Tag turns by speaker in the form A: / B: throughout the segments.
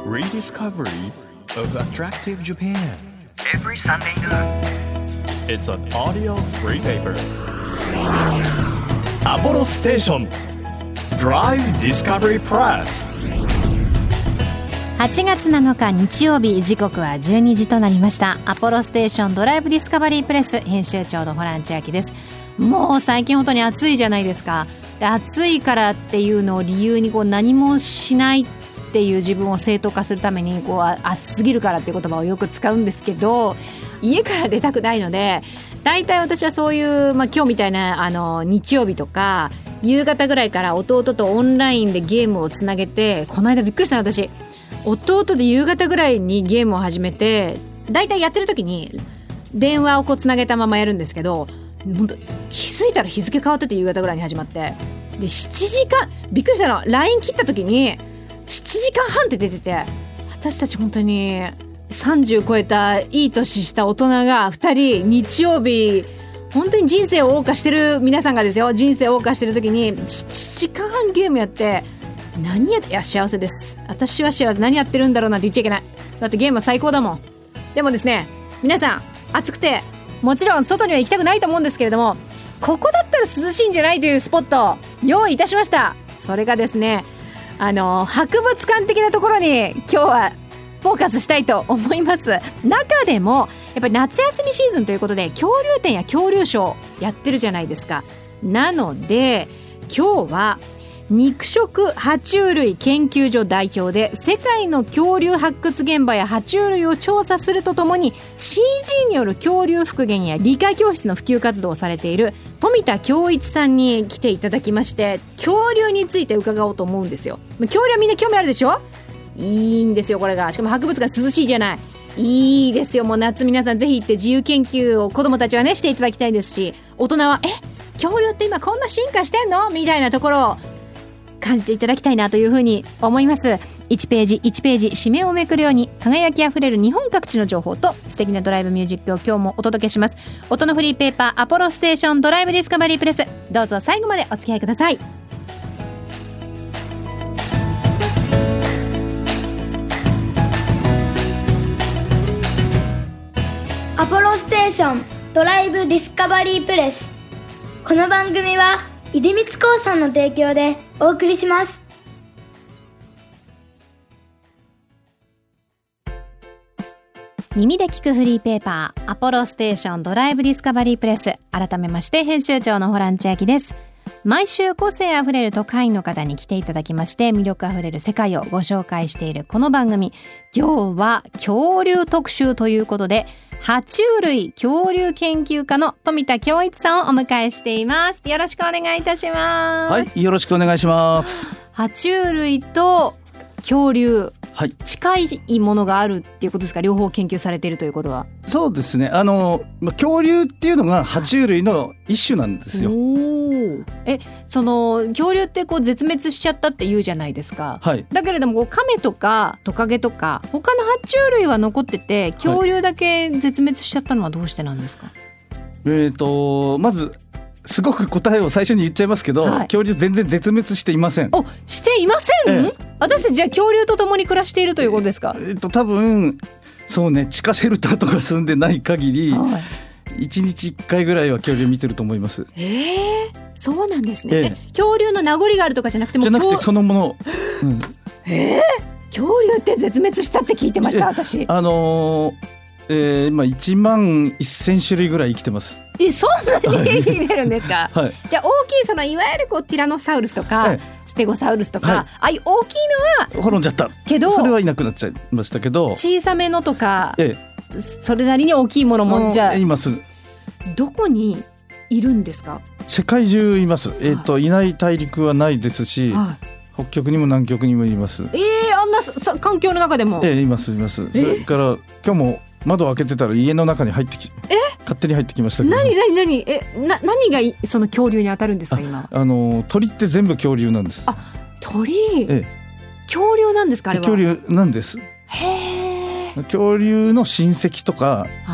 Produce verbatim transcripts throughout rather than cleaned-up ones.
A: Rediscovery of Attractive Japan.
B: Every Sunday noon.
A: It's an audio free paper. Apollo Station Drive Discovery Press。
C: はちがつなのか日曜日、時刻はじゅうにじとなりました。アポロステーションドライブディスカバリープレス編集長のホラン千秋です。もう最近本当に暑いじゃないですか。で、暑いからっていうのを理由にこう何もしないっていう自分を正当化するためにこう暑すぎるからっていう言葉をよく使うんですけど、家から出たくないので、だいたい私はそういう、まあ、今日みたいなあの日曜日とか夕方ぐらいから弟とオンラインでゲームをつなげて、この間びっくりした私、弟で夕方ぐらいにゲームを始めて、だいたいやってる時に電話をこうつなげたままやるんですけど、本当気づいたら日付変わってて夕方ぐらいに始まって、でしちじかん、びっくりしたの ライン 切った時にななじかんはんって出てて、私たち本当にさんじゅう超えたいい年した大人がふたり日曜日本当に人生を謳歌してる皆さんがですよ、人生を謳歌してる時にななじかんはんゲームやって何やって、いや幸せです、私は幸せ、何やってるんだろうなんて言っちゃいけない、だってゲームは最高だもん。でもですね、皆さん暑くてもちろん外には行きたくないと思うんですけれども、ここだったら涼しいんじゃないというスポットを用意いたしました。それがですね、あの博物館的なところに今日はフォーカスしたいと思います。中でもやっぱり夏休みシーズンということで恐竜展や恐竜ショーやってるじゃないですか。なので今日は肉食爬虫類研究所代表で世界の恐竜発掘現場や爬虫類を調査するとともに シージー による恐竜復元や理科教室の普及活動をされている富田恭一さんに来ていただきまして、恐竜について伺おうと思うんですよ。恐竜はみんな興味あるでしょ。いいんですよこれが。しかも博物館涼しいじゃない、いいですよ。もう夏皆さんぜひ行って自由研究を子どもたちはねしていただきたいですし、大人はえ恐竜って今こんな進化してんのみたいなところを感じていただきたいなというふうに思います。いちページいちページ紙面をめくるように輝きあふれる日本各地の情報と素敵なドライブミュージックを今日もお届けします。音のフリーペーパーアポロステーションドライブディスカバリープレス、どうぞ最後までお付き合いください。
D: アポロステーションドライブディスカバリープレス。この番組は出光興産の提供でお送りします。
C: 耳で聞くフリーペーパーアポロステーションドライブディスカバリープレス、改めまして編集長のホラン千秋です。毎週個性あふれる都会の方に来ていただきまして、魅力あふれる世界をご紹介しているこの番組、今日は恐竜特集ということで、爬虫類恐竜研究家の富田恭一さんをお迎えしています。よろしくお願いいたします。
E: はい、よろしくお願いします。
C: 爬虫類と恐竜、
E: はい、
C: 近いものがあるっていうことですか。両方研究されているということは。
E: そうですね、あの恐竜っていうのが爬虫類の一種なんですよ。
C: おえその恐竜ってこう絶滅しちゃったって言うじゃないですか、
E: はい、
C: だけれどもこうカメとかトカゲとか他の爬虫類は残ってて、恐竜だけ絶滅しちゃったのはどうしてなんですか。はい、
E: えーとまずすごく答えを最初に言っちゃいますけど、はい、恐竜全然絶滅していません。
C: おしていません、ええ、私たちじゃあ恐竜と共に暮らしているということですか。
E: えーと多分そうね、地下シェルターとか住んでない限り、はい、いちにちいっかいぐらいは恐竜見てると思います。
C: えー、そうなんですね。ええ、恐竜の名残があるとかじゃなくても
E: じゃなくてそのもの、うん、
C: えー、恐竜って絶滅したって聞いてました私。
E: あのーえー、今いちまんせん種類ぐらい生きてます。
C: えそんなに生きてるんですか。
E: はい、
C: じゃあ大きいそのいわゆるこうティラノサウルスとか、はい、ステゴサウルスとか、はい、ああいう大きいのは
E: 滅んじゃった
C: けど、
E: それはいなくなっちゃいましたけど、
C: 小さめのとか、
E: え
C: え、それなりに大きいものもじゃあ
E: います。
C: どこにいるんですか。
E: 世界中います。えーと、いない大陸はないですし、はい、北極にも南極にもいます。
C: えー、あんなさ環境の中でも、
E: えー、いますいます。それから今日も窓を開けてたら家の中に入ってきえ勝手に入ってきましたけど。何
C: 何何えな何がその恐竜に当たるんですか今。
E: あの鳥って全部恐竜なんです。
C: あ鳥、
E: ええ、
C: 恐竜なんですかあれは。
E: 恐竜なんです。
C: へー。
E: 恐竜の親戚とか、
C: はい、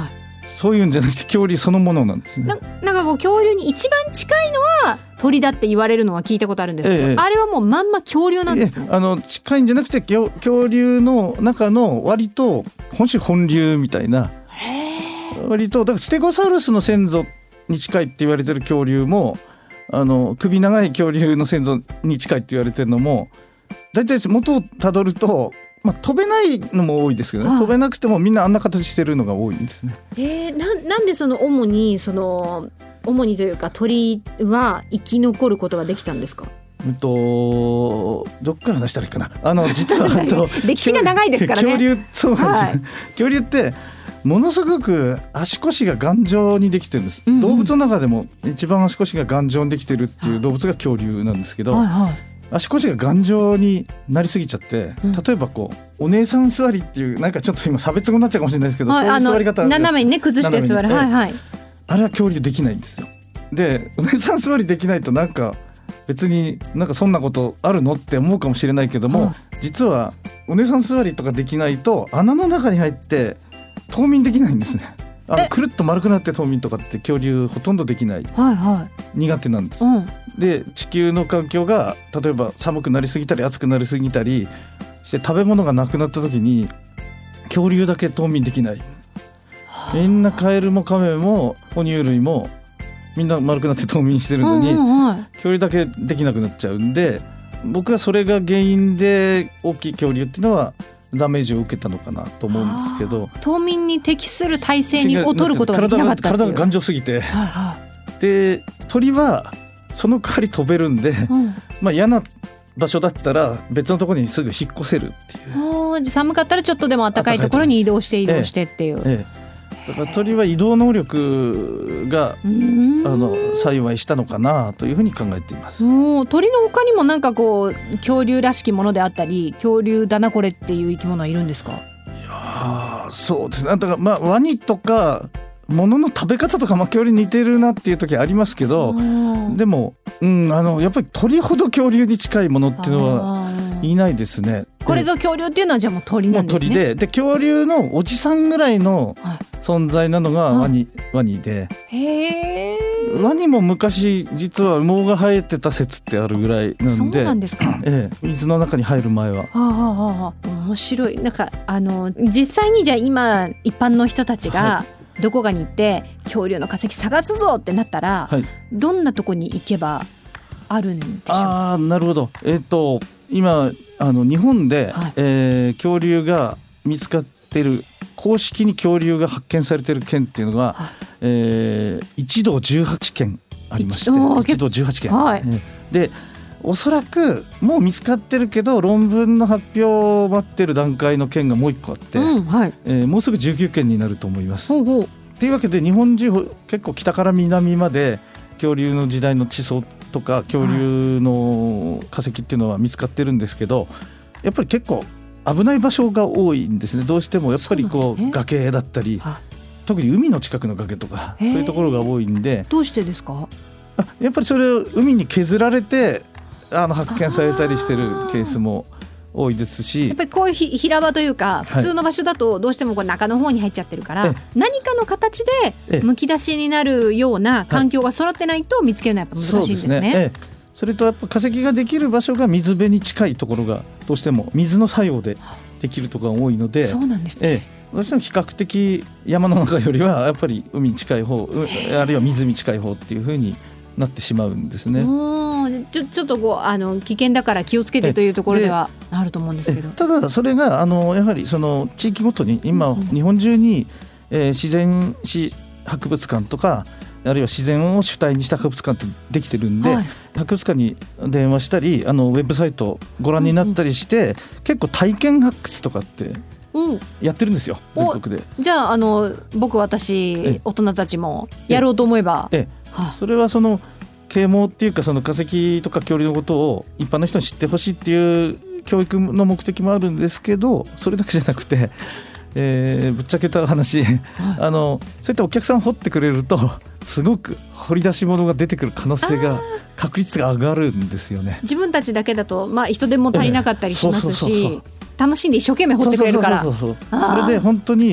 E: そういうんじゃなくて恐竜そのものなんですね。
C: な, なんかこう恐竜に一番近いのは鳥だって言われるのは聞いたことあるんですけど、ええ、あれはもうまんま恐竜なんですね。
E: あの近いんじゃなくて恐, 恐竜の中の割と本州本流みたいな、割とだからステゴサウルスの先祖に近いって言われてる恐竜も、あの首長い恐竜の先祖に近いって言われてるのも、だいたい元をたどると、まあ、飛べないのも多いですけどね、飛べなくてもみんなあんな形してるのが多いんですね。
C: えー、な, なんでその主にその主にというか鳥は生き残ることができたんですか？
E: うんとどっから話したらいいかな。あの実はと
C: 歴史が長いですからね。
E: 恐竜そうなんです、はい、恐竜ってものすごく足腰が頑丈にできてるんです、うんうん、動物の中でも一番足腰が頑丈にできてるっていう動物が恐竜なんですけど、はいはい、足腰が頑丈になりすぎちゃって、うん、例えばこうお姉さん座りっていうなんかちょっと今差別語になっちゃうかもしれないですけど、はい、そういう座り方
C: 斜めにね崩して座る、はいはい、
E: あれは恐竜できないんですよ。でお姉さん座りできないとなんか別になんかそんなことあるのって思うかもしれないけども、うん、実はお姉さん座りとかできないと穴の中に入って冬眠できないんですね。あのくるっと丸くなって冬眠とかって恐竜ほとんどできない、はいはい、苦手なんです、うん、で地球の環境が例えば寒くなりすぎたり暑くなりすぎたりして食べ物がなくなった時に恐竜だけ冬眠できない。みんなカエルもカメも哺乳類もみんな丸くなって冬眠してるのに、うんうんはい、恐竜だけできなくなっちゃうんで、僕はそれが原因で大きい恐竜っていうのはダメージを受けたのかなと思うんですけど、冬
C: 眠に適する体勢に劣ることができなかったっていう。
E: 体が頑丈すぎて、はいはい、で鳥はその代わり飛べるんで、うん、まあ嫌な場所だったら別のところにすぐ引っ越せるっていう。
C: 寒かったらちょっとでも暖かいところに移動して移動してっていう、えええ
E: え、だから鳥は移動能力があの幸いしたのかなというふうに考えています。
C: もう鳥の他にもなんかこう恐竜らしきものであったり恐竜だなこれっていう生き物はいるんですか？い
E: やそうですね。だからまあワニとか物の食べ方とかまあ恐竜に似てるなっていう時ありますけど、でも、うん、あのやっぱり鳥ほど恐竜に近いものっていうのはいないですね。
C: これぞ恐竜っていうのはじゃあもう鳥なんですね。
E: もう鳥で、で恐竜のおじさんぐらいの存在なのがワニ、ワニで、へー、ワニも昔実は羽毛が生えてた説ってあるぐらいなんで。
C: そうなんですか、
E: ええ、水の中に入る前は。はあ
C: はあ、面白い。なんかあの実際にじゃあ今一般の人たちが、はい、どこかに行って恐竜の化石探すぞってなったら、はい、どんなとこに行けばあるんでしょう？
E: あー、なるほど。えーと、今あの日本で、はい、えー、恐竜が見つかっている、公式に恐竜が発見されている県っていうのが、はい、えー、一道じゅうはちけんありまして、一道じゅうはちけん、はい、でおそらくもう見つかってるけど論文の発表を待ってる段階の県がもう一個あって、うん、はい、えー、もうすぐじゅうきゅうけんになると思います。ほうほう。というわけで日本中結構北から南まで恐竜の時代の地層とか恐竜の化石っていうのは見つかってるんですけど、やっぱり結構危ない場所が多いんですね。どうしてもやっぱりこう、ね、崖だったり、特に海の近くの崖とかそういうところが多いんで。
C: どうしてですか？
E: あ、やっぱりそれを海に削られてあの発見されたりしてるケースも多いですし、
C: やっぱりこういう平場というか普通の場所だとどうしてもこう中の方に入っちゃってるから、はい、何かの形でむき出しになるような環境が揃ってないと見つけるのはやっぱ難しいんですね。そうですね、ええ、そ
E: れとやっぱ化石ができる場所が水辺に近いところがどうしても水の作用でできるところが多いので、
C: そうなんですね、
E: ええ、どうしても比較的山の中よりはやっぱり海に近い方、あるいは水に近い方っていう風になってしまうんですね。
C: ちょ、ちょっとこうあの危険だから気をつけてというところではあると思うんですけど、
E: ただそれがあのやはりその地域ごとに今、うん、日本中に、えー、自然史博物館とかあるいは自然を主体にした博物館ってできてるんで、はい、博物館に電話したりあのウェブサイトご覧になったりして、うんうん、結構体験発掘とかってやってるんですよ、うん、全国で。
C: じゃあ、あの僕私大人たちもやろうと思えば、
E: ええええ、はあ、それはその啓蒙っていうかその化石とか恐竜のことを一般の人に知ってほしいっていう教育の目的もあるんですけど、それだけじゃなくて、えー、ぶっちゃけた話、はい、あのそういったお客さん掘ってくれるとすごく掘り出し物が出てくる可能性が確率が上がるんですよね。
C: 自分たちだけだと、まあ、人手も足りなかったりしますし、楽しんで一生懸命掘ってくれるから、
E: そうそうそうそう、それで本当に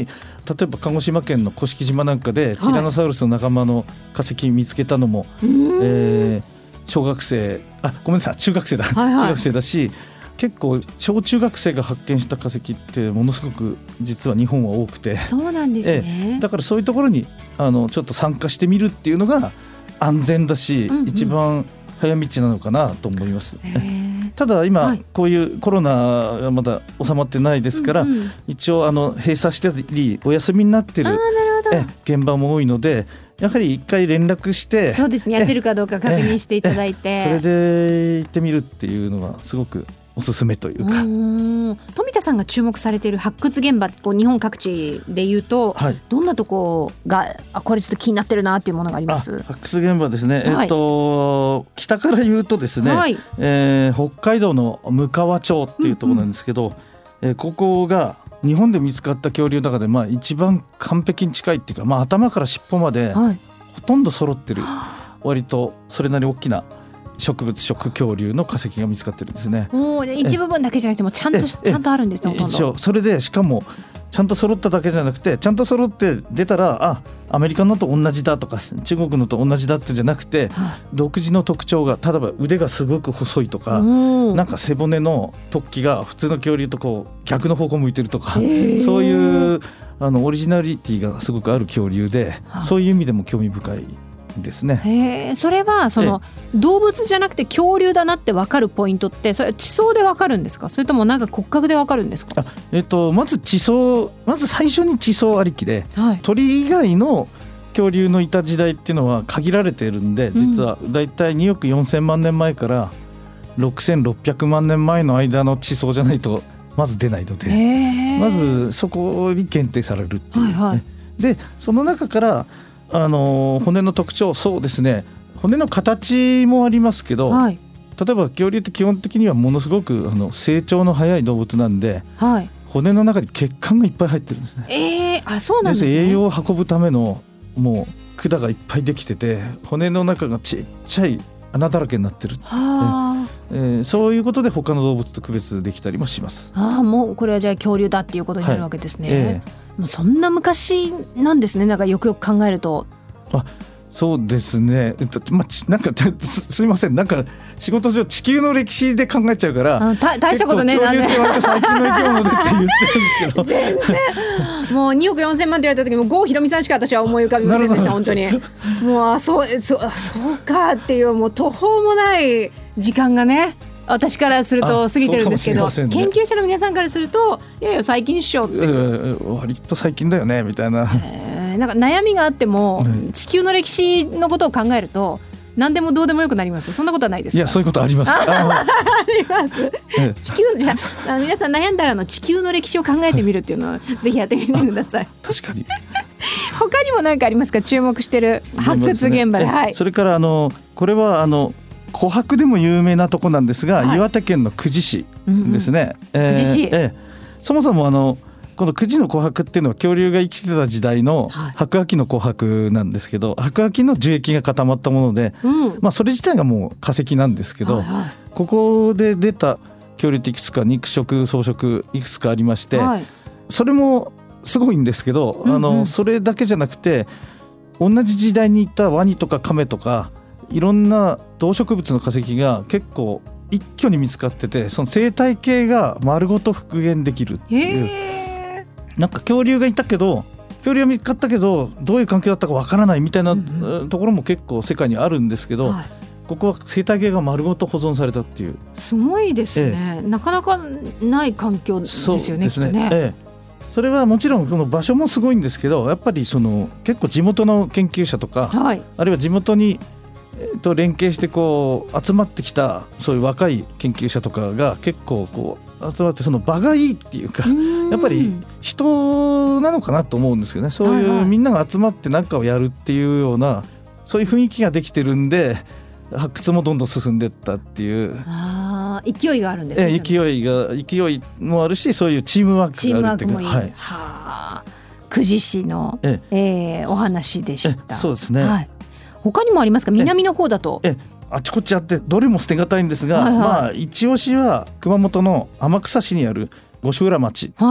E: 例えば鹿児島県の甑島なんかで、はい、ティラノサウルスの仲間の化石見つけたのも、えー、小学生あごめんなさい中学生だ、はいはい、中学生だし、結構小中学生が発見した化石ってものすごく実は日本は多くて、
C: そうなんですね、
E: えー、だからそういうところにあのちょっと参加してみるっていうのが安全だし、うんうん、一番早道なのかなと思います。ただ今、はい、こういうコロナがまだ収まってないですから、うんうん、一応あの閉鎖してりお休みになってるえ現場も多いので、やはり一回連絡して、
C: そうですね、やってるかどうか確認していただいて、
E: それで行ってみるっていうのはすごくおすすめというか。
C: うーん、富田さんが注目されている発掘現場、こう日本各地でいうと、はい、どんなとこがあこれちょっと気になってるなっていうものがあります？
E: 発掘現場ですね、はい、えー、と北から言うとですね、はい、えー、北海道のむかわ町っていうところなんですけど、うんうん、えー、ここが日本で見つかった恐竜の中で、まあ、一番完璧に近いっていうか、まあ、頭から尻尾までほとんど揃ってる、はい、割とそれなり大きな植物食恐竜の化石が見つかってるんですね。
C: お一部分だけじゃなくてもちゃんとちゃんとあるんですね。ほとんど
E: それでしかもちゃんと揃っただけじゃなくて、ちゃんと揃って出たらあアメリカのと同じだとか中国のと同じだってじゃなくて、はい、独自の特徴が、例えば腕がすごく細いとか、なんか背骨の突起が普通の恐竜とこう逆の方向向いてるとか、そういうあのオリジナリティがすごくある恐竜で、はい、そういう意味でも興味深いですね。
C: へー、それはその動物じゃなくて恐竜だなって分かるポイントって、それは地層で分かるんですか、それともなんか骨格で分かるんですか？
E: あ、えー、とまず地層まず最初に地層ありきで、はい、鳥以外の恐竜のいた時代っていうのは限られているんで、実はだいたいにおくよんせんまんねんまえからろくせんろっぴゃくまんねんまえの間の地層じゃないとまず出ないので、まずそこに限定されるっていう、ね、はいはい、でその中からあの骨の特徴、そうですね、骨の形もありますけど、はい、例えば恐竜って基本的にはものすごくあの成長の早い動物なんで、はい、骨の中に血管がいっぱい入ってるんですね。
C: えー、あ、そうなんですね。
E: 栄養を運ぶためのもう管がいっぱいできてて、骨の中がちっちゃい穴だらけになってる、はえー、そういうことで他の動物と区別できたりもします。
C: ああ、もうこれはじゃあ恐竜だっていうことになるわけですね。はい、えーもうそんな昔なんですね。なんかよくよく考えると。あ、
E: そうですね、えっとま、なんか す, すいません、なんか仕事上地球の歴史で考えちゃうから、
C: た大したことね、
E: 恐竜って割と最近の生き物でって言っちゃうんですけど
C: 全然もうにおくよんせんまんって言われた時も郷ひろみさんしか私は思い浮かびませんでした本当に。もうあそう、そそうかっていう、もう途方もない時間がね、私からすると過ぎてるんですけど、ね、研究者の皆さんからするといやいや最近っしょっていう、
E: えー、割と最近だよねみたいな、
C: えー、なんか悩みがあっても、うん、地球の歴史のことを考えると何でもどうでもよくなります。そんなことはないですか？
E: いや、そういうことあります。
C: あります、ええ、地球じゃあ皆さん悩んだらの地球の歴史を考えてみるっていうのはぜひやってみてください。
E: 確かに
C: 他にも何かありますか？注目してる発掘現場で、ね、はい、
E: それからあのこれはあの琥珀でも有名なとこなんですが、はい、岩手県の久慈市ですね。
C: 久慈市、えーえー、
E: そもそもあのこの久慈の琥珀っていうのは恐竜が生きてた時代の白亜紀の琥珀なんですけど、はい、白亜紀の樹液が固まったもので、うん、まあ、それ自体がもう化石なんですけど、はいはい、ここで出た恐竜っていくつか肉食草食いくつかありまして、はい、それもすごいんですけど、うんうん、あのそれだけじゃなくて同じ時代にいたワニとかカメとかいろんな動植物の化石が結構一挙に見つかってて、その生態系が丸ごと復元できるっていう、へー、なんか恐竜がいたけど恐竜が見つかったけどどういう環境だったかわからないみたいな、うんうん、ところも結構世界にあるんですけど、はい、ここは生態系が丸ごと保存されたっていう、
C: すごいですね、ええ、なかなかない環境ですよね。そうですね、きっとね、ええ、
E: それはもちろんその場所もすごいんですけど、やっぱりその結構地元の研究者とか、はい、あるいは地元にと連携してこう集まってきたそういう若い研究者とかが結構こう集まって、その場がいいっていうか、やっぱり人なのかなと思うんですよね。そういうみんなが集まって何かをやるっていうような、そういう雰囲気ができてるんで発掘もどんどん進んでいったっていう、
C: あ勢いがあるんですね。
E: え勢いが勢いもあるし、そういうチームワークがあるっていうか、
C: チームワークもいい、はい、は久慈市の、ええー、お話でした。
E: そうですね、はい、
C: 他にもありますか？南の方だと
E: ええあちこちあってどれも捨てがたいんですが、はいはい、まあ、一押しは熊本の天草市にある五所浦町、はい、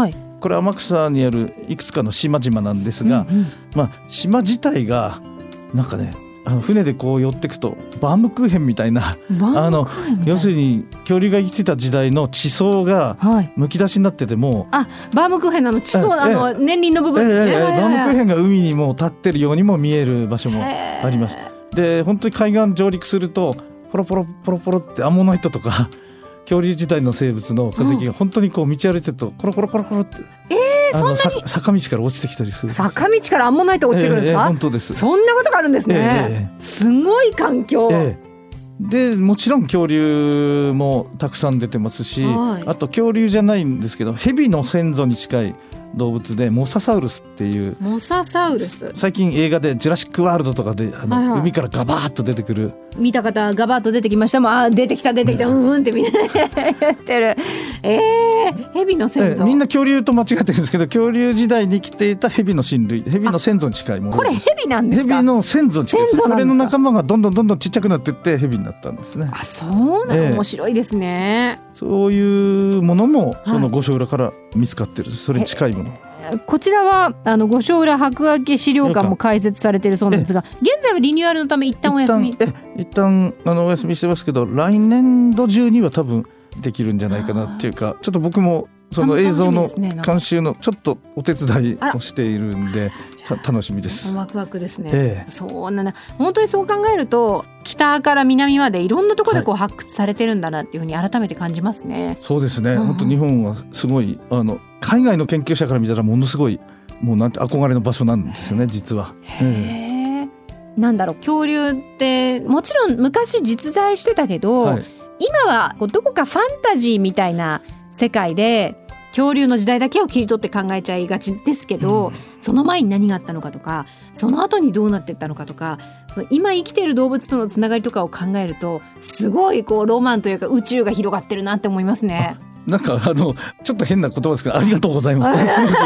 E: これ天草にあるいくつかの島々なんですが、うんうん、まあ、島自体がなんかね、あの船でこう寄ってくとバームクーヘンみたいな、あの要するに恐竜が生きてた時代の地層がむき出しになってても、
C: はい、あバームクーヘンの地層、あの年輪の部分ですね、
E: ええええ、バームクーヘンが海にも立ってるようにも見える場所もあります。で本当に海岸上陸するとポロポロポロポロってアンモナイトとか恐竜時代の生物の化石が本当にこう道歩いてるとコロコロコロコロって、えー、そんなに坂道から落ちてきたりする。
C: 坂道からアンモナイト落ちてくるんですか？
E: えーえー、本当です。
C: そんなことがあるんですね、えー、すごい環境、
E: えー、でもちろん恐竜もたくさん出てますし、はい、あと恐竜じゃないんですけどヘビの先祖に近い動物でモササウルスっていう、
C: モササウルス、
E: 最近映画でジュラシックワールドとかであの、はいはい、海からガバーッと出てくる、
C: 見た方ガバーッと出てきましたもん。あ出てきた出てきた、うん、うんうんってみんな言ってる。えー、ヘビの先祖、
E: えみんな恐竜と間違ってるんですけど、恐竜時代に来ていたヘビの親類、ヘビの先祖に近いもの。
C: これヘビなんですか？
E: ヘビの先祖に近い。
C: 先祖なんですか？
E: これの仲間がどんどんどんどんちっちゃくなっていってヘビになったんですね。
C: あそうなの、えー、面白いですね。
E: そういうものもその御所浦から見つかってる、はい、それに近いもの。
C: こちらはあの御所浦白亜紀資料館も開設されているそうなんですが、現在はリニューアルのため一旦お休み。
E: 一旦え一旦あのお休みしてますけど、来年度中には多分できるんじゃないかなっていうか、ちょっと僕もその映像の監修のちょっとお手伝いをしているんで楽しみです。
C: ワクワクですね、ええ、そうなな本当にそう考えると北から南までいろんなところでこう発掘されてるんだなっていうふうに改めて感じますね、
E: はい、そうですね、うん、本当日本はすごいあの海外の研究者から見たらものすごいもうなんて憧れの場所なんですよね実は。
C: へえ、なんだろう、恐竜ってもちろん昔実在してたけど、はい、今はこうどこかファンタジーみたいな世界で恐竜の時代だけを切り取って考えちゃいがちですけど、うん、その前に何があったのかとか、その後にどうなっていったのかとか、その今生きている動物とのつながりとかを考えるとすごいこうロマンというか宇宙が広がってるなって思いますね。
E: なんかあのちょっと変な言葉ですけどありがとうございます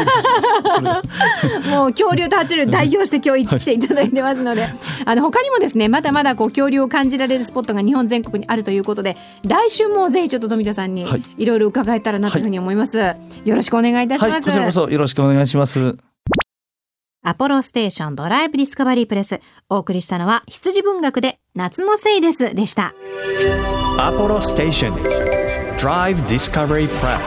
C: もう恐竜と爬虫類代表して今日来ていただいてますので、あの他にもですねまだまだこう恐竜を感じられるスポットが日本全国にあるということで、来週もぜひちょっと富田さんにいろいろ伺えたらなというふうに思います、はい、よろしくお願いいたします、はい、
E: こちらこそよろしくお願いします。
C: アポロステーションドライブディスカバリープレス、お送りしたのは羊文学で夏のせいですでした。
A: アポロステーションDrive Discovery Press。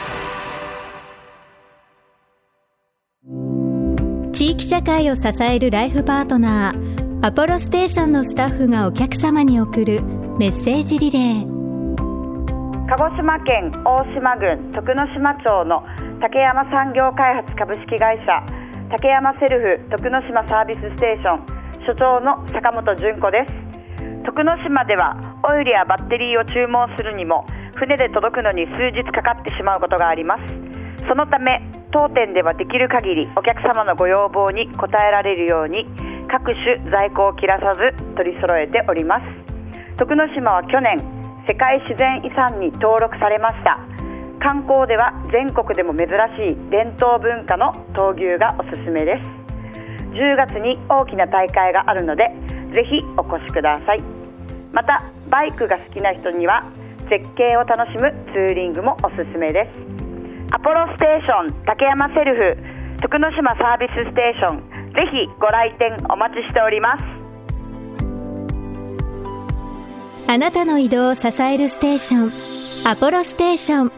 F: 地域社会を支えるライフパートナーアポロステーションのスタッフがお客様に送るメッセージリレー。
G: 鹿児島県大島郡徳之島町の竹山産業開発株式会社竹山セルフ徳之島サービスステーション所長の坂本純子です。徳之島ではオイルやバッテリーを注文するにも船で届くのに数日かかってしまうことがあります。そのため当店ではできる限りお客様のご要望に応えられるように各種在庫を切らさず取り揃えております。徳之島は去年世界自然遺産に登録されました。観光では全国でも珍しい伝統文化の闘牛がおすすめです。じゅうがつに大きな大会があるのでぜひお越しください。またバイクが好きな人には絶景を楽しむツーリングもおすすめです。アポロステーション竹山セルフ徳之島サービスステーション、ぜひご来店お待ちしております。
F: あなたの移動を支えるステーションアポロステーション。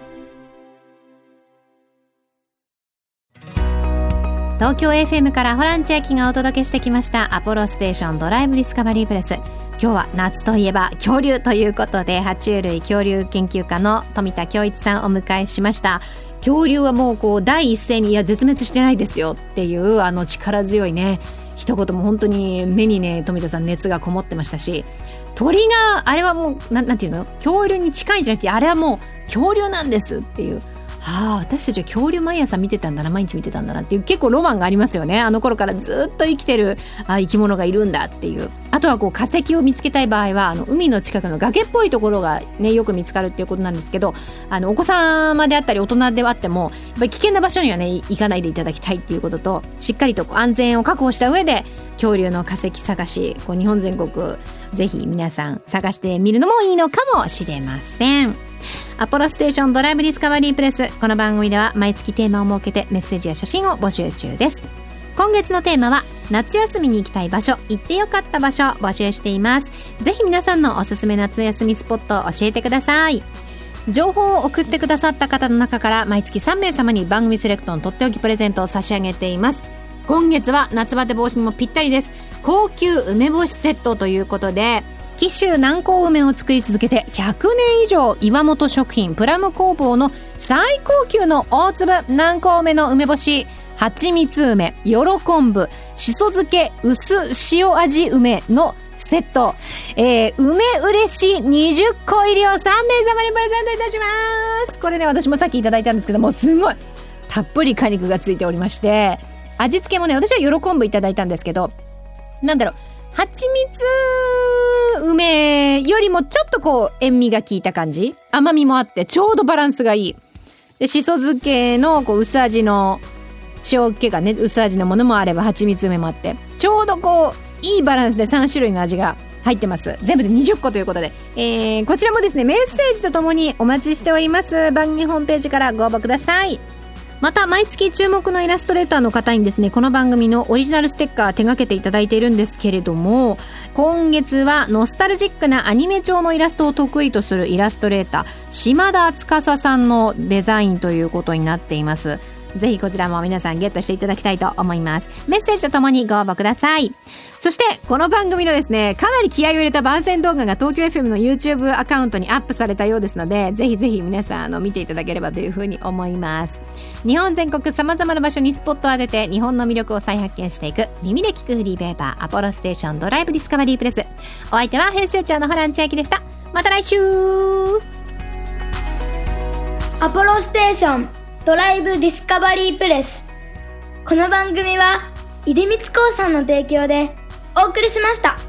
C: 東京 エフエム からホラン千秋がお届けしてきましたアポロステーションドライブディスカバリープレス。今日は夏といえば恐竜ということで爬虫類恐竜研究家の富田恭一さんをお迎えしました。恐竜はもうこう第一声にいや絶滅してないですよっていうあの力強いね一言も本当に目にね富田さん熱がこもってましたし、鳥があれはもう な, なんていうの恐竜に近いんじゃなくてあれはもう恐竜なんですっていう、はあ、私たちは恐竜毎朝見てたんだな毎日見てたんだなっていう結構ロマンがありますよね。あの頃からずっと生きてるあ生き物がいるんだっていう。あとはこう化石を見つけたい場合はあの海の近くの崖っぽいところが、ね、よく見つかるっていうことなんですけど、あのお子様であったり大人であってもやっぱり危険な場所にはね行かないでいただきたいっていうことと、しっかりとこう安全を確保した上で恐竜の化石探しこう日本全国ぜひ皆さん探してみるのもいいのかもしれません。 アポロステーションドライブディスカバリープレス、この番組では毎月テーマを設けてメッセージや写真を募集中です。今月のテーマは夏休みに行きたい場所、行ってよかった場所を募集しています。ぜひ皆さんのおすすめ夏休みスポットを教えてください。情報を送ってくださった方の中から毎月さん名様に番組セレクトのとっておきプレゼントを差し上げています。今月は夏バテ防止にもぴったりです。高級梅干しセットということで、紀州南高梅を作り続けてひゃくねん以上、岩本食品プラム工房の最高級の大粒南高梅の梅干し、蜂蜜梅、よろ昆布、しそ漬け薄塩味梅のセット、えー、梅嬉しにじゅっこ入りをさん名様にプレゼントいたします。これね、私もさっきいただいたんですけども、すごいたっぷり果肉がついておりまして、味付けもね、私はよろ昆布いただいたんですけど、なんだろう、蜂蜜梅よりもちょっとこう塩味が効いた感じ、甘みもあってちょうどバランスがいいで、しそ漬けのこう薄味の塩気がね、薄味のものもあれば蜂蜜梅もあって、ちょうどこういいバランスでさん種類の味が入ってます。全部でにじゅっこということで、えー、こちらもですね、メッセージとともにお待ちしております。番組ホームページからご応募ください。また毎月注目のイラストレーターの方にですね、この番組のオリジナルステッカー手掛けていただいているんですけれども、今月はノスタルジックなアニメ調のイラストを得意とするイラストレーター島田司さんのデザインということになっています。ぜひこちらも皆さんゲットしていただきたいと思います。メッセージとともにご応募ください。そしてこの番組のですね、かなり気合を入れた番宣動画が東京 エフエム の YouTube アカウントにアップされたようですので、ぜひぜひ皆さんあの見ていただければというふうに思います。日本全国様々な場所にスポットを当てて日本の魅力を再発見していく耳で聞くフリーペーパー、アポロステーションドライブディスカバリープレス。お相手は編集長のホラン千秋でした。また来週。
D: アポロステーションドライブディスカバリープレス。この番組は出光興産の提供でお送りしました。